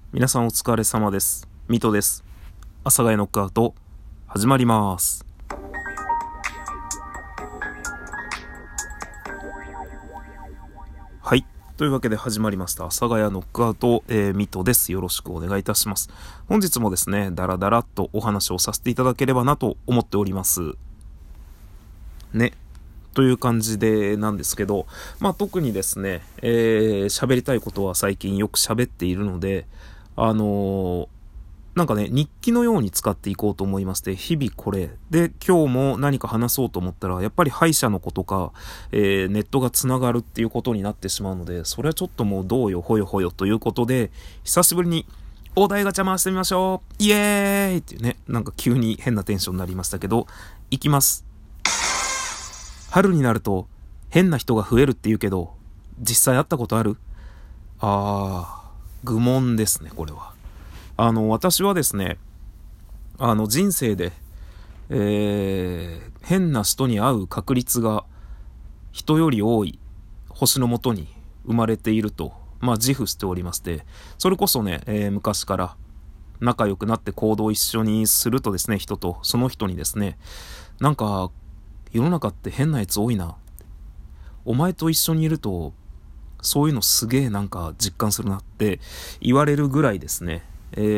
皆さんお疲れ様です。ミトです。阿佐ヶ谷ノックアウト始まります。はい。というわけで始まりました。阿佐ヶ谷ノックアウト、ミトです。よろしくお願いいたします。本日もですね、ダラダラっとお話をさせていただければなと思っております。ね。という感じでなんですけど、特にですね、喋りたいことは最近よく喋っているので、なんかね、日記のように使っていこうと思いまして、日々これ。で、今日も何か話そうと思ったら、やっぱり歯医者のことか、ネットがつながるっていうことになってしまうので、それはちょっともうどうよ、ほよほよということで、久しぶりに、お題ガチャ回してみましょうイエーイっていうね、なんか急に変なテンションになりましたけど、いきます。春になると、変な人が増えるって言うけど、実際会ったことある？愚問ですね、これは。私はですね、人生で、変な人に会う確率が人より多い星のもとに生まれていると、自負しておりまして、それこそね、昔から仲良くなって行動を一緒にするとですね、人と、その人にですね、なんか、世の中って変なやつ多いな。お前と一緒にいると、そういうのすげえなんか実感するなって言われるぐらいですね。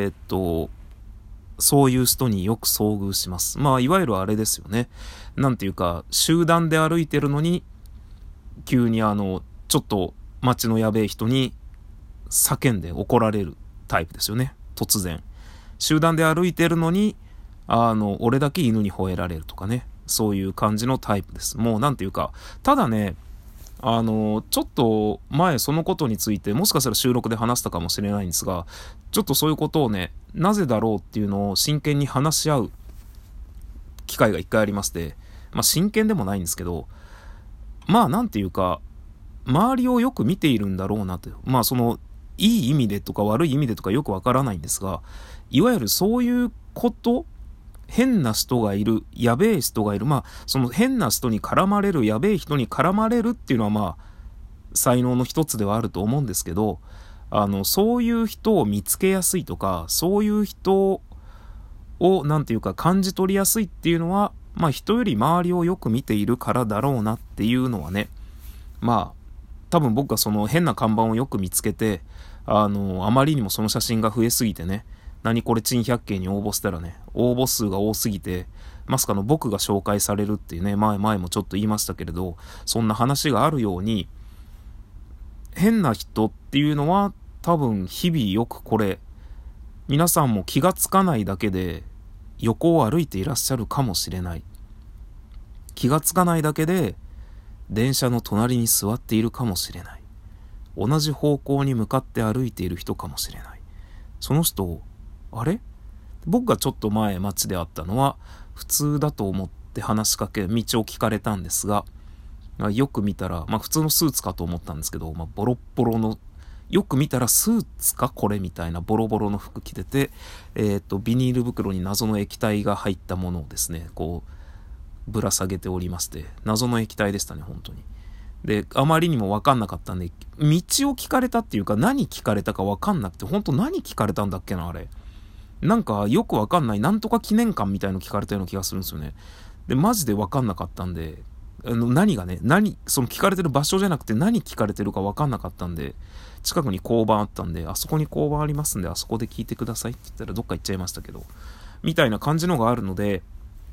そういう人によく遭遇します。いわゆるあれですよね。なんていうか、集団で歩いてるのに、急にちょっと街のやべえ人に叫んで怒られるタイプですよね。突然。集団で歩いてるのに、俺だけ犬に吠えられるとかね。そういう感じのタイプです。もうなんていうか、ただね、ちょっと前そのことについてもしかしたら収録で話したかもしれないんですが、ちょっとそういうことをね、なぜだろうっていうのを真剣に話し合う機会が一回ありまして、真剣でもないんですけど、なんていうか、周りをよく見ているんだろうなと。いい意味でとか悪い意味でとかよくわからないんですが、いわゆるそういうこと、変な人がいる、やべえ人がいる、その変な人に絡まれる、やべえ人に絡まれるっていうのは才能の一つではあると思うんですけど、そういう人を見つけやすいとか、そういう人を、なんていうか感じ取りやすいっていうのは、人より周りをよく見ているからだろうなっていうのはね、多分僕がその変な看板をよく見つけて、あまりにもその写真が増えすぎてね、何これ珍百景に応募したらね、応募数が多すぎて、まさかの僕が紹介されるっていうね、前もちょっと言いましたけれど、そんな話があるように、変な人っていうのは多分日々よくこれ、皆さんも気がつかないだけで横を歩いていらっしゃるかもしれない。気がつかないだけで電車の隣に座っているかもしれない。同じ方向に向かって歩いている人かもしれない。その人、あれ？僕がちょっと前街で会ったのは普通だと思って話しかけ、道を聞かれたんですが、よく見たら、普通のスーツかと思ったんですけど、ボロッボロの、よく見たらスーツかこれみたいなボロボロの服着てて、ビニール袋に謎の液体が入ったものをですね、こう、ぶら下げておりまして、謎の液体でしたね、本当に。で、あまりにも分かんなかったんで、道を聞かれたっていうか、何聞かれたか分かんなくて、本当何聞かれたんだっけな、あれ。なんかよく分かんない、なんとか記念館みたいの聞かれたような気がするんですよね。で、マジで分かんなかったんで、何がね、その聞かれてる場所じゃなくて何聞かれてるか分かんなかったんで、近くに交番あったんで、あそこに交番ありますんで、あそこで聞いてくださいって言ったらどっか行っちゃいましたけど、みたいな感じのがあるので、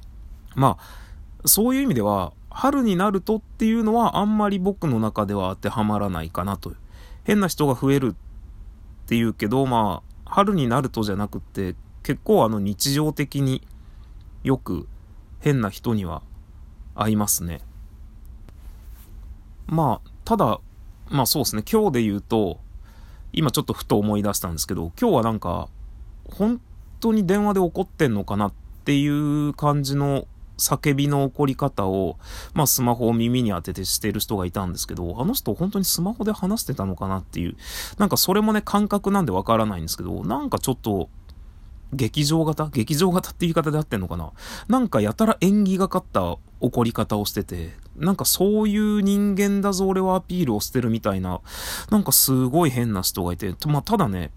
そういう意味では、春になるとっていうのはあんまり僕の中では当てはまらないかなという。変な人が増えるっていうけど、春になるとじゃなくって、結構日常的によく変な人には会いますね。ただ、そうですね、今日で言うと、今ちょっとふと思い出したんですけど、今日はなんか、本当に電話で怒ってんのかなっていう感じの叫びの起こり方を、スマホを耳に当ててしてる人がいたんですけど、あの人本当にスマホで話してたのかなっていう、なんかそれもね、感覚なんでわからないんですけど、なんかちょっと、劇場型って言い方で合ってんのかな、なんかやたら演技がかった怒り方をしてて、なんかそういう人間だぞ俺はアピールをしてるみたいな、なんかすごい変な人がいて、ただね、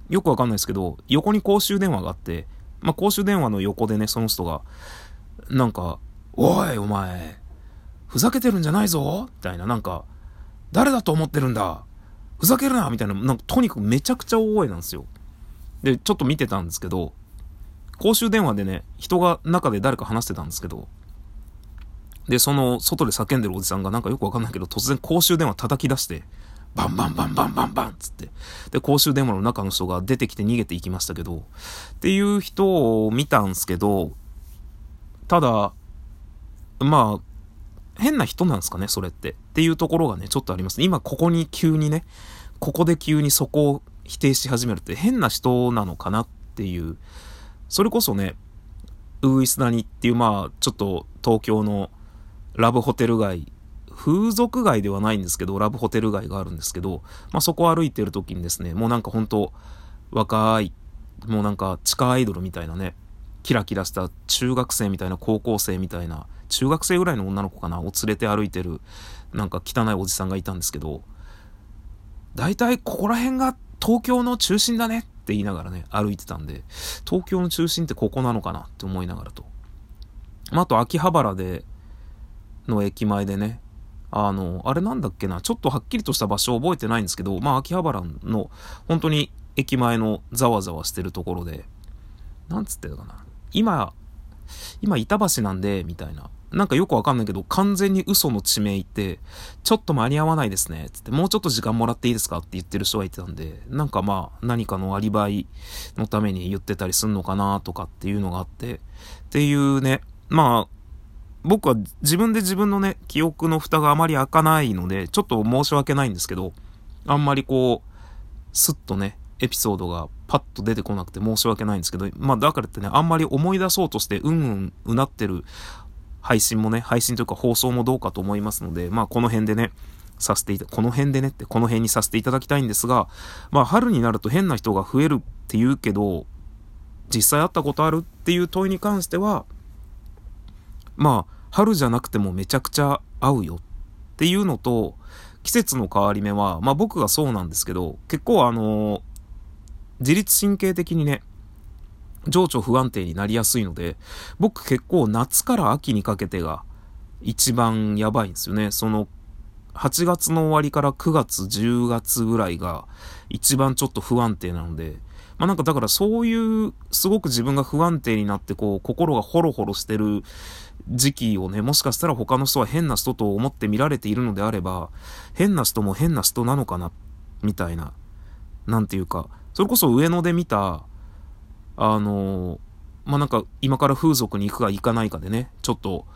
よくわかんないですけど、横に公衆電話があって、まあ、公衆電話の横でね、その人が、なんか、おい、お前、ふざけてるんじゃないぞみたいな、なんか、誰だと思ってるんだふざけるなみたいな、なんか、とにかくめちゃくちゃ大声なんですよ。で、ちょっと見てたんですけど、公衆電話でね、人が中で誰か話してたんですけど、で、その、外で叫んでるおじさんがなんかよくわかんないけど、突然公衆電話叩き出して、バンバンバンバンバンバンつって。で、公衆電話の中の人が出てきて逃げていきましたけど、っていう人を見たんですけど、ただ、まあ、変な人なんですかね、それって。っていうところがね、ちょっとあります。今、ここに急にね、ここで急にそこを否定し始めるって変な人なのかなっていう。それこそね、ウーイスダニっていう、まあ、ちょっと東京のラブホテル街、風俗街ではないんですけど、ラブホテル街があるんですけど、まあそこを歩いてる時にですね、もうなんかほんと、若い、もうなんか地下アイドルみたいなね、キラキラした中学生みたいな高校生みたいな、中学生ぐらいの女の子かなを連れて歩いてる、なんか汚いおじさんがいたんですけど、だいたいここら辺が東京の中心だねって言いながらね、歩いてたんで、東京の中心ってここなのかなって思いながらと。まあ、あと秋葉原の駅前でね、あれなんだっけな、ちょっとはっきりとした場所覚えてないんですけど、まあ秋葉原の本当に駅前のざわざわしてるところで、なんつってたかな、今板橋なんで、みたいな。なんかよくわかんないけど、完全に嘘の地名言って、ちょっと間に合わないですね、つって、もうちょっと時間もらっていいですかって言ってる人がいてたんで、なんかまあ、何かのアリバイのために言ってたりすんのかなとかっていうのがあって、っていうね、まあ、僕は自分で自分のね、記憶の蓋があまり開かないので、ちょっと申し訳ないんですけど、あんまりこう、スッとね、エピソードがパッと出てこなくて申し訳ないんですけど、まあだからってね、あんまり思い出そうとしてうなってる配信というか放送もどうかと思いますので、まあこの辺でね、この辺にさせていただきたいんですが、まあ春になると変な人が増えるって言うけど、実際会ったことあるっていう問いに関しては、まあ春じゃなくてもめちゃくちゃ合うよっていうのと、季節の変わり目は、まあ僕がそうなんですけど、結構自律神経的にね、情緒不安定になりやすいので、僕結構夏から秋にかけてが一番やばいんですよね。その8月の終わりから9月、10月ぐらいが一番ちょっと不安定なので、まあなんかだからそういうすごく自分が不安定になってこう心がホロホロしてる時期をね、もしかしたら他の人は変な人と思って見られているのであれば、変な人も変な人なのかな、みたいな。なんていうか、それこそ上野で見た、まあ、なんか今から風俗に行くか行かないかでね、ちょっと、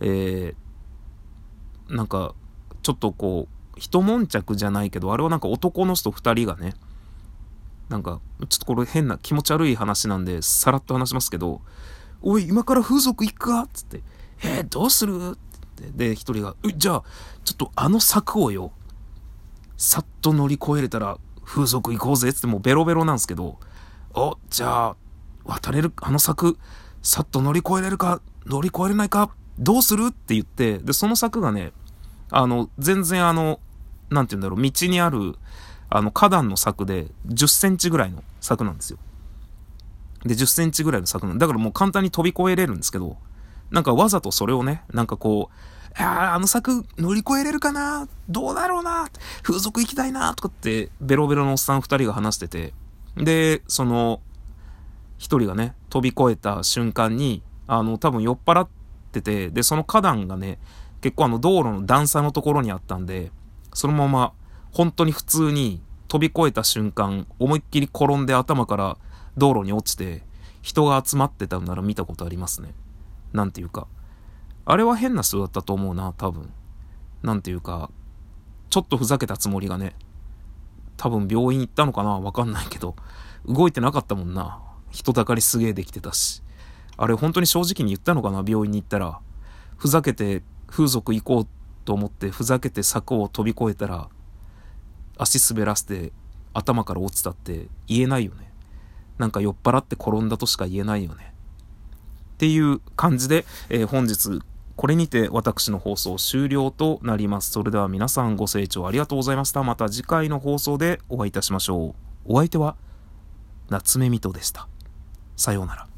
なんか、ちょっとこう、一悶着じゃないけど、あれはなんか男の人二人がね、なんか、ちょっとこれ変な気持ち悪い話なんで、さらっと話しますけど、おい、今から風俗行くかつって、どうするって言って、で、一人が、じゃあ、ちょっとあの柵をよ、さっと乗り越えれたら風俗行こうぜつってもうベロベロなんですけど、じゃあ、渡れる、あの柵、さっと乗り越えれるか、乗り越えれないか、どうするって言って、で、その柵がね、全然なんて言うんだろう、道にある、花壇の柵で10センチぐらいの柵なんですよ。で、10センチぐらいの柵なんだからもう簡単に飛び越えれるんですけど、なんかわざとそれをね、なんかこう、あの柵乗り越えれるかなどうだろうな風俗行きたいなとかってベロベロのおっさん2人が話してて、で、その1人がね飛び越えた瞬間に多分酔っ払ってて、でその花壇がね結構道路の段差のところにあったんで、そのまま本当に普通に飛び越えた瞬間思いっきり転んで頭から道路に落ちて人が集まってたんなら見たことありますね。なんていうか、あれは変な人だったと思うな、多分。なんていうか、ちょっとふざけたつもりがね、多分病院行ったのかな、わかんないけど、動いてなかったもんな。人だかりすげえできてたし。あれ本当に正直に言ったのかな、病院に行ったら。ふざけて風俗行こうと思ってふざけて柵を飛び越えたら、足滑らせて頭から落ちたって言えないよね。なんか酔っ払って転んだとしか言えないよね。っていう感じで、本日これにて私の放送終了となります。それでは皆さんご清聴ありがとうございました。また次回の放送でお会いいたしましょう。お相手は夏目みとでした。さようなら。